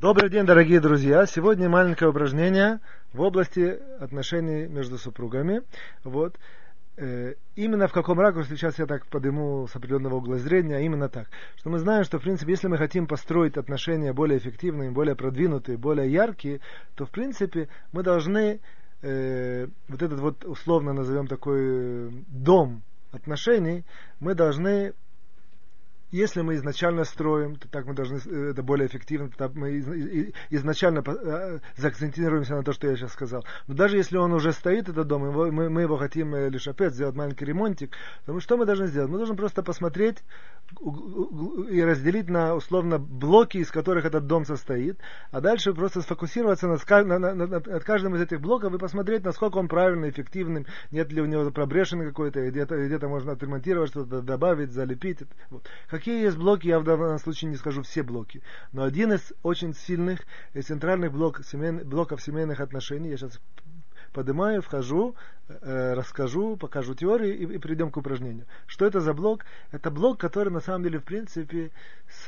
Добрый день, дорогие друзья! Сегодня маленькое упражнение в области отношений между супругами. Именно в каком ракурсе, сейчас я так подниму с определенного угла зрения, а именно так, что мы знаем, что в принципе, если мы хотим построить отношения более эффективные, более продвинутые, более яркие, то в принципе мы должны вот этот вот условно назовем такой дом отношений, мы должны, если мы изначально строим, то так мы должны, это более эффективно, так мы изначально заакцентируемся на то, что я сейчас сказал. Но даже если он уже стоит, этот дом, мы его хотим лишь опять сделать маленький ремонтик, то что мы должны сделать? Мы должны просто посмотреть и разделить на условно блоки, из которых этот дом состоит, а дальше просто сфокусироваться над каждым из этих блоков и посмотреть, насколько он правильный, эффективным, нет ли у него пробрешины какой-то, где-то можно отремонтировать что-то, добавить, залепить. Вот. Какие есть блоки, я в данном случае не скажу все блоки, но один из очень сильных и центральных блоков семейных отношений, я сейчас поднимаю, вхожу, расскажу, покажу теорию и перейдем к упражнению. Что это за блок? Это блок, который на самом деле в принципе с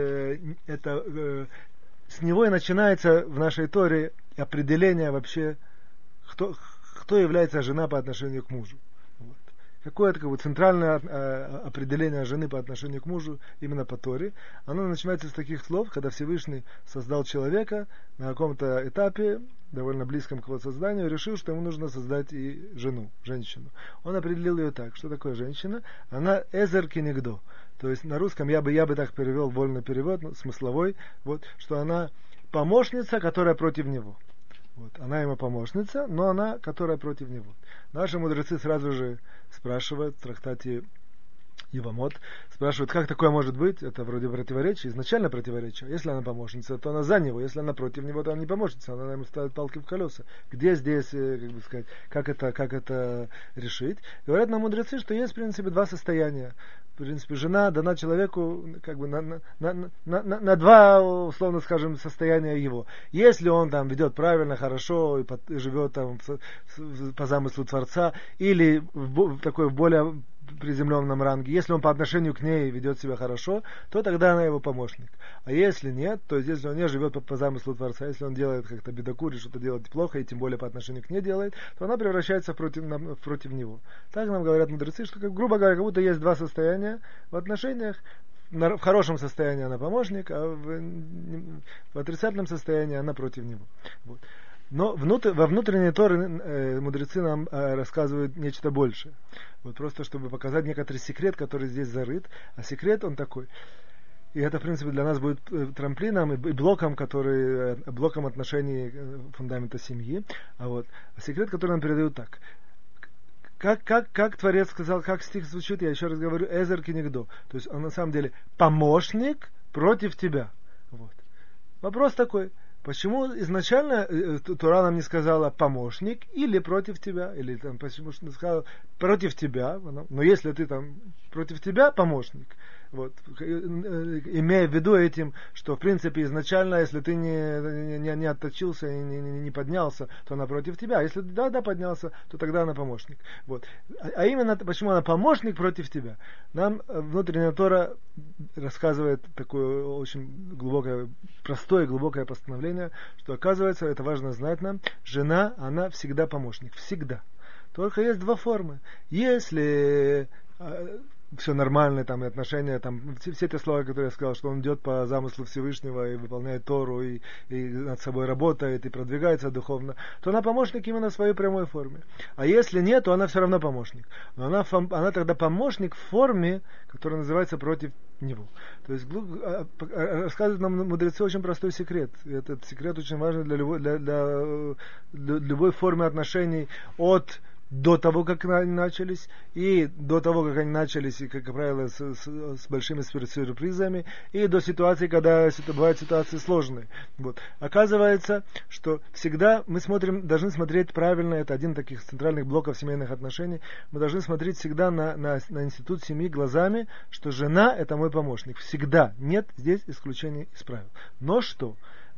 него и начинается в нашей Торе определение вообще, кто является жена по отношению к мужу. Какое-то центральное определение жены по отношению к мужу именно по Торе. Оно начинается с таких слов, когда Всевышний создал человека на каком-то этапе, довольно близком к его созданию, решил, что ему нужно создать и женщину. Он определил ее так. Что такое женщина? Она эзер кенегдо. То есть на русском я бы так перевел, вольный перевод, смысловой, что она помощница, которая против него. Она ему помощница, но она, которая против него. Наши мудрецы сразу же спрашивают в трактате Евамот, спрашивают, как такое может быть? Это вроде противоречие, изначально противоречие. Если она помощница, то она за него. Если она против него, то она не помощница, она ему ставит палки в колеса. Где здесь, как это решить? Говорят нам мудрецы, что есть в принципе два состояния. В принципе, жена дана человеку на два, условно скажем, состояния его. Если он там ведет правильно, хорошо, и живет там по замыслу Творца, или в более приземленном ранге, если он по отношению к ней ведет себя хорошо, то тогда она его помощник. А если нет, то есть если он не живет по замыслу Творца, если он делает как-то бедокури, что-то делает плохо, и тем более по отношению к ней делает, то она превращается против него. Так нам говорят мудрецы, что, грубо говоря, как будто есть два состояния в отношениях. В хорошем состоянии она помощник, а в отрицательном состоянии она против него. Но во внутренней Торе мудрецы нам рассказывают нечто большее. Просто чтобы показать некоторый секрет, который здесь зарыт. А секрет он такой. И это, в принципе, для нас будет трамплином и блоком отношений фундамента семьи. А секрет, который нам передают так. Как Творец сказал, как стих звучит, я еще раз говорю, эзер кенегдо. То есть он на самом деле помощник против тебя. Вопрос такой. Почему изначально Тора нам не сказала помощник или против тебя, или там, почему не сказала против тебя, но если ты там против тебя помощник, имея в виду этим, что в принципе изначально, если ты не отточился и не поднялся, то она против тебя, а если да поднялся, то тогда она помощник. А именно почему она помощник против тебя, нам внутренняя Тора рассказывает такое очень глубокое, простое глубокое постановление, что оказывается, это важно знать нам, жена, она всегда помощник, всегда. Только есть два формы. Если все нормально, там, и отношения, там, все те слова, которые я сказал, что он идет по замыслу Всевышнего и выполняет Тору, и над собой работает, и продвигается духовно, то она помощник именно в своей прямой форме. А если нет, то она все равно помощник. Но она тогда помощник в форме, которая называется против него. То есть рассказывают нам мудрецы очень простой секрет. И этот секрет очень важен для любой формы отношений до того, как они начались, и до того, как они начались, и, как правило, с большими сюрпризами, и до ситуации, когда бывают ситуации сложные. Оказывается, что всегда мы должны смотреть правильно, это один из таких центральных блоков семейных отношений, мы должны смотреть всегда на институт семьи глазами, что жена – это мой помощник. Всегда. Нет здесь исключений из правил. Но что?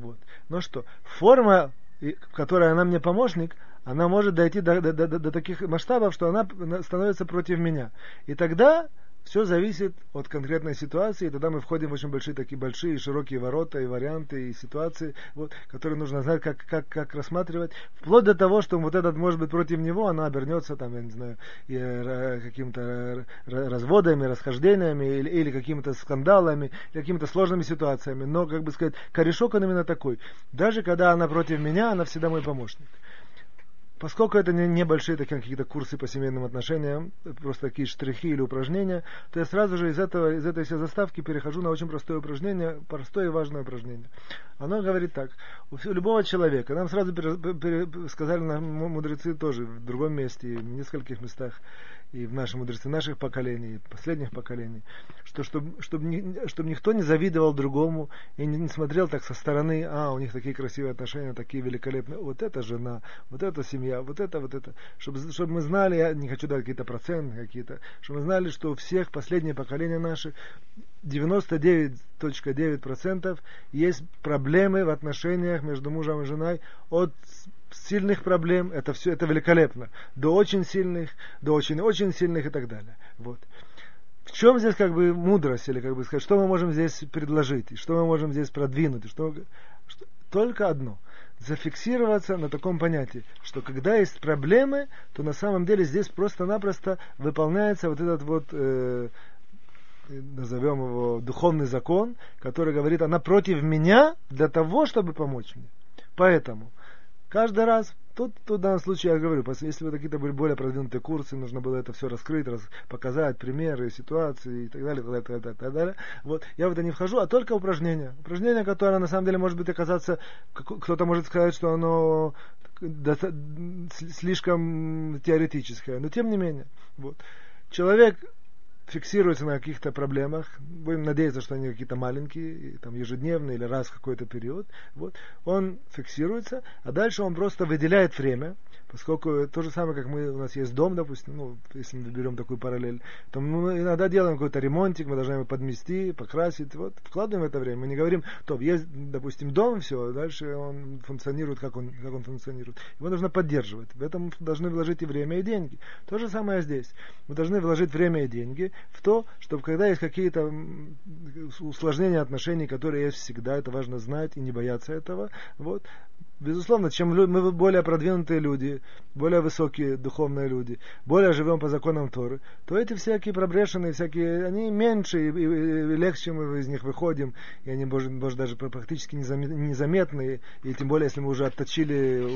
Форма, в которой она мне помощник, она может дойти до таких масштабов, что она становится против меня. И тогда Все зависит от конкретной ситуации, и тогда мы входим в очень большие широкие ворота и варианты, и ситуации, вот, которые нужно знать, как рассматривать, вплоть до того, что вот этот может быть против него, она обернется там, я не знаю, какими-то разводами, расхождениями, или какими-то скандалами, или какими-то сложными ситуациями. Но, как бы сказать, корешок он именно такой. Даже когда она против меня, она всегда мой помощник. Поскольку это небольшие такие какие-то курсы по семейным отношениям, просто такие штрихи или упражнения, то я сразу же из этой всей заставки перехожу на очень простое упражнение, простое и важное упражнение. Оно говорит так: у любого человека, нам сразу сказали мудрецы тоже в другом месте, в нескольких местах, и в наши мудрецы наших поколений, последних поколений, что чтобы никто не завидовал другому и не смотрел так со стороны: у них такие красивые отношения, такие великолепные, вот эта жена, вот эта семья, вот это. Чтобы мы знали, я не хочу дать какие-то проценты, чтобы мы знали, что у всех последние поколения наши 99.9% есть проблемы в отношениях между мужем и женой, от сильных проблем, это все, это великолепно, до очень сильных, до очень-очень сильных и так далее. Вот. В чем здесь как бы мудрость, или как бы сказать, что мы можем здесь предложить, и что мы можем здесь продвинуть, только одно: зафиксироваться на таком понятии, что когда есть проблемы, то на самом деле здесь просто-напросто выполняется вот этот вот назовем его духовный закон, который говорит: она против меня для того, чтобы помочь мне. Поэтому каждый раз, тут в данном случае я говорю, если бы какие-то были более продвинутые курсы, нужно было это все раскрыть, показать примеры, ситуации и так далее, так далее. Вот, я в это не вхожу, а только упражнение. Упражнение, которое на самом деле может быть оказаться, кто-то может сказать, что оно слишком теоретическое, но тем не менее. Вот. Человек фиксируется на каких-то проблемах, будем надеяться, что они какие-то маленькие, там, ежедневные или раз в какой-то период, вот, он фиксируется, а дальше он просто выделяет время, поскольку то же самое, как у нас есть дом, допустим, если мы берем такую параллель, то мы иногда делаем какой-то ремонтик, мы должны его подмести, покрасить, вот, вкладываем это время, мы не говорим: есть, допустим, дом, все, дальше он функционирует, как он функционирует. Его нужно поддерживать, в этом должны вложить и время, и деньги. То же самое здесь. Мы должны вложить время и деньги в то, чтобы когда есть какие-то усложнения отношений, которые есть всегда, это важно знать и не бояться этого, вот. Безусловно, чем мы более продвинутые люди, более высокие духовные люди, более живем по законам Торы, то эти всякие пробрешенные, они меньше, и легче мы из них выходим, и они, может, даже практически незаметные, и тем более, если мы уже отточили,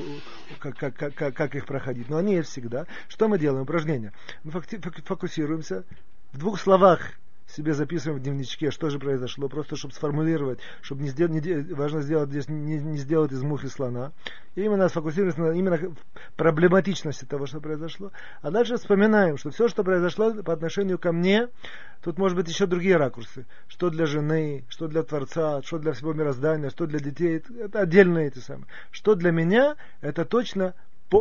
как их проходить. Но они есть всегда. Что мы делаем? Упражнения. Мы фокусируемся в двух словах, себе записываем в дневничке, что же произошло, просто чтобы сформулировать, чтобы важно сделать здесь, не сделать из мухи слона. И именно сфокусируемся на именно проблематичности того, что произошло. А дальше вспоминаем, что все, что произошло по отношению ко мне, тут может быть еще другие ракурсы. Что для жены, что для Творца, что для всего мироздания, что для детей. Это отдельные эти самые. Что для меня, это точно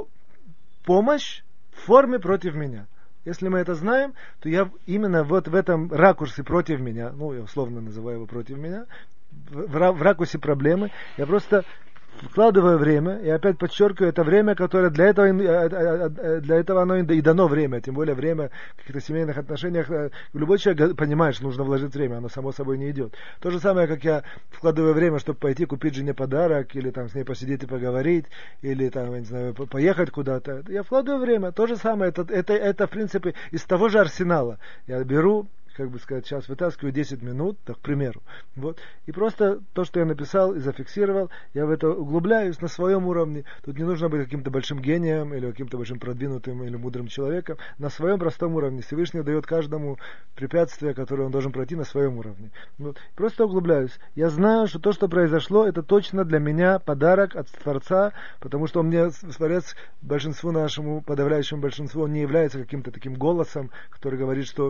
помощь в форме против меня. Если мы это знаем, то я именно вот в этом ракурсе против меня, я условно называю его против меня, в ракурсе проблемы, я просто вкладываю время, и опять подчеркиваю, это время, которое для этого оно и дано время, тем более время в каких-то семейных отношениях. Любой человек понимает, что нужно вложить время, оно само собой не идет. То же самое, как я вкладываю время, чтобы пойти купить жене подарок, или там с ней посидеть и поговорить, или там, я не знаю, поехать куда-то. Я вкладываю время. То же самое, это в принципе из того же арсенала. Я беру, сейчас вытаскиваю 10 минут, так, к примеру. Вот. И просто то, что я написал и зафиксировал, я в это углубляюсь на своем уровне. Тут не нужно быть каким-то большим гением или каким-то большим продвинутым или мудрым человеком. На своем простом уровне. Всевышний дает каждому препятствие, которое он должен пройти на своем уровне. Вот. Просто углубляюсь. Я знаю, что то, что произошло, это точно для меня подарок от Творца, потому что он мне, Творец, большинству нашему, подавляющему большинству, он не является каким-то таким голосом, который говорит, что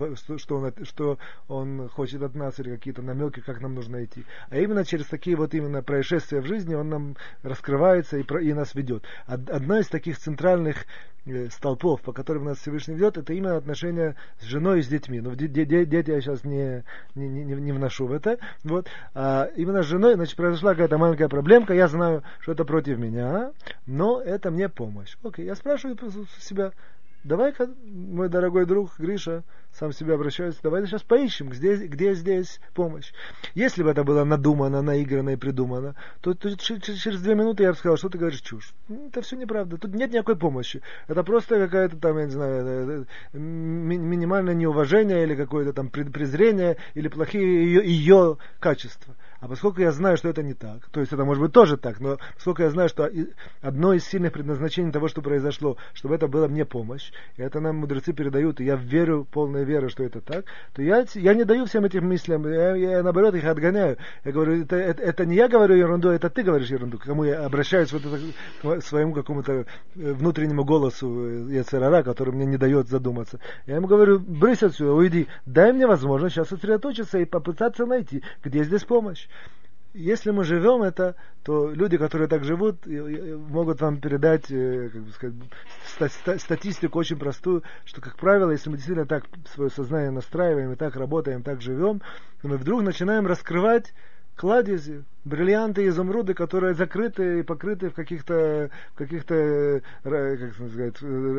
он хочет от нас, или какие-то намеки, как нам нужно идти. А именно через такие вот именно происшествия в жизни он нам раскрывается и нас ведет. Одно из таких центральных столпов, по которым нас Всевышний ведет, это именно отношения с женой и с детьми. Но дети я сейчас не вношу в это. Вот. А именно с женой, произошла какая-то маленькая проблемка, я знаю, что это против меня, но это мне помощь. Окей, я спрашиваю себя, давай-ка, мой дорогой друг Гриша, сам к себе обращаюсь, давай сейчас поищем, где здесь помощь. Если бы это было надумано, наиграно и придумано, то через 2 минуты я бы сказал, что ты говоришь чушь. Это все неправда, тут нет никакой помощи. Это просто какая-то там, я не знаю, минимальное неуважение или какое-то там презрение или плохие ее качества. А поскольку я знаю, что это не так, то есть это может быть тоже так, но поскольку я знаю, что одно из сильных предназначений того, что произошло, чтобы это была мне помощь, и это нам мудрецы передают, и я верю, полная вера, что это так, то я не даю всем этим мыслям, я наоборот их отгоняю. Я говорю, это не я говорю ерунду, это ты говоришь ерунду. К кому я обращаюсь вот к своему какому-то внутреннему голосу Йецер-Ара, который мне не дает задуматься. Я ему говорю, брысь отсюда, уйди, дай мне возможность сейчас сосредоточиться и попытаться найти, где здесь помощь. Если мы живем это, то люди, которые так живут, могут вам передать, как бы сказать, статистику очень простую, что, как правило, если мы действительно так свое сознание настраиваем, и так работаем, так живем, то мы вдруг начинаем раскрывать кладези, бриллианты, изумруды, которые закрыты и покрыты в каких-то как сказать,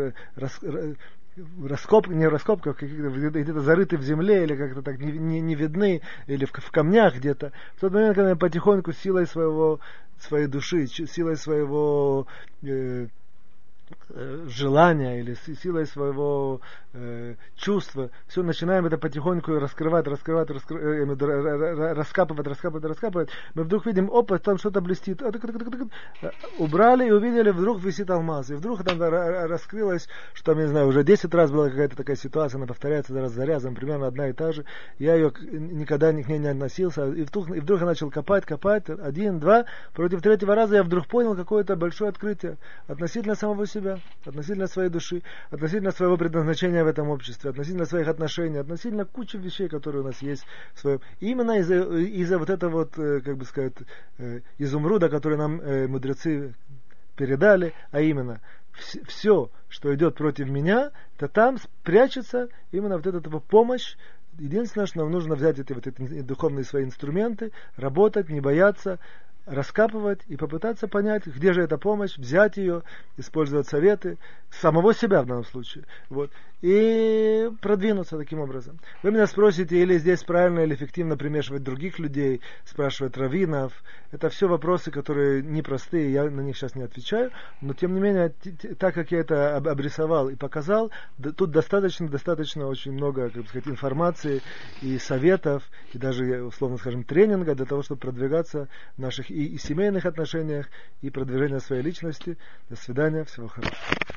не раскопках, где-то зарыты в земле, или как-то так не видны, или в камнях где-то. В тот момент, когда я потихоньку силой своей души, силой своего желания или силой своего чувства, все начинаем это потихоньку раскрывать, раскапывать, мы вдруг видим, опа, там что-то блестит, убрали и увидели, вдруг висит алмаз, и вдруг там раскрылось, что там, не знаю, уже 10 раз была какая-то такая ситуация, она повторяется раз за разом, примерно одна и та же, я ее никогда к ней не относился, и вдруг я начал копать, 1, 2, против 3-го раза я вдруг понял какое-то большое открытие относительно самого себя, относительно своей души, относительно своего предназначения в этом обществе, относительно своих отношений, относительно кучи вещей, которые у нас есть в своем. И именно из-за вот этого вот, как бы сказать, изумруда, который нам мудрецы передали, а именно все, что идет против меня, то там прячется именно вот эта помощь. Единственное, что нам нужно взять эти духовные свои инструменты, работать, не бояться, раскапывать и попытаться понять, где же эта помощь, взять ее, использовать советы самого себя в данном случае, вот, и продвинуться таким образом. Вы меня спросите, или здесь правильно или эффективно примешивать других людей, спрашивать раввинов. Это все вопросы, которые непростые, я на них сейчас не отвечаю, но тем не менее, так как я это обрисовал и показал, тут достаточно очень много, как бы сказать, информации и советов, и даже, условно скажем, тренинга для того, чтобы продвигаться в наших и семейных отношениях, и продвижения своей личности. До свидания, всего хорошего.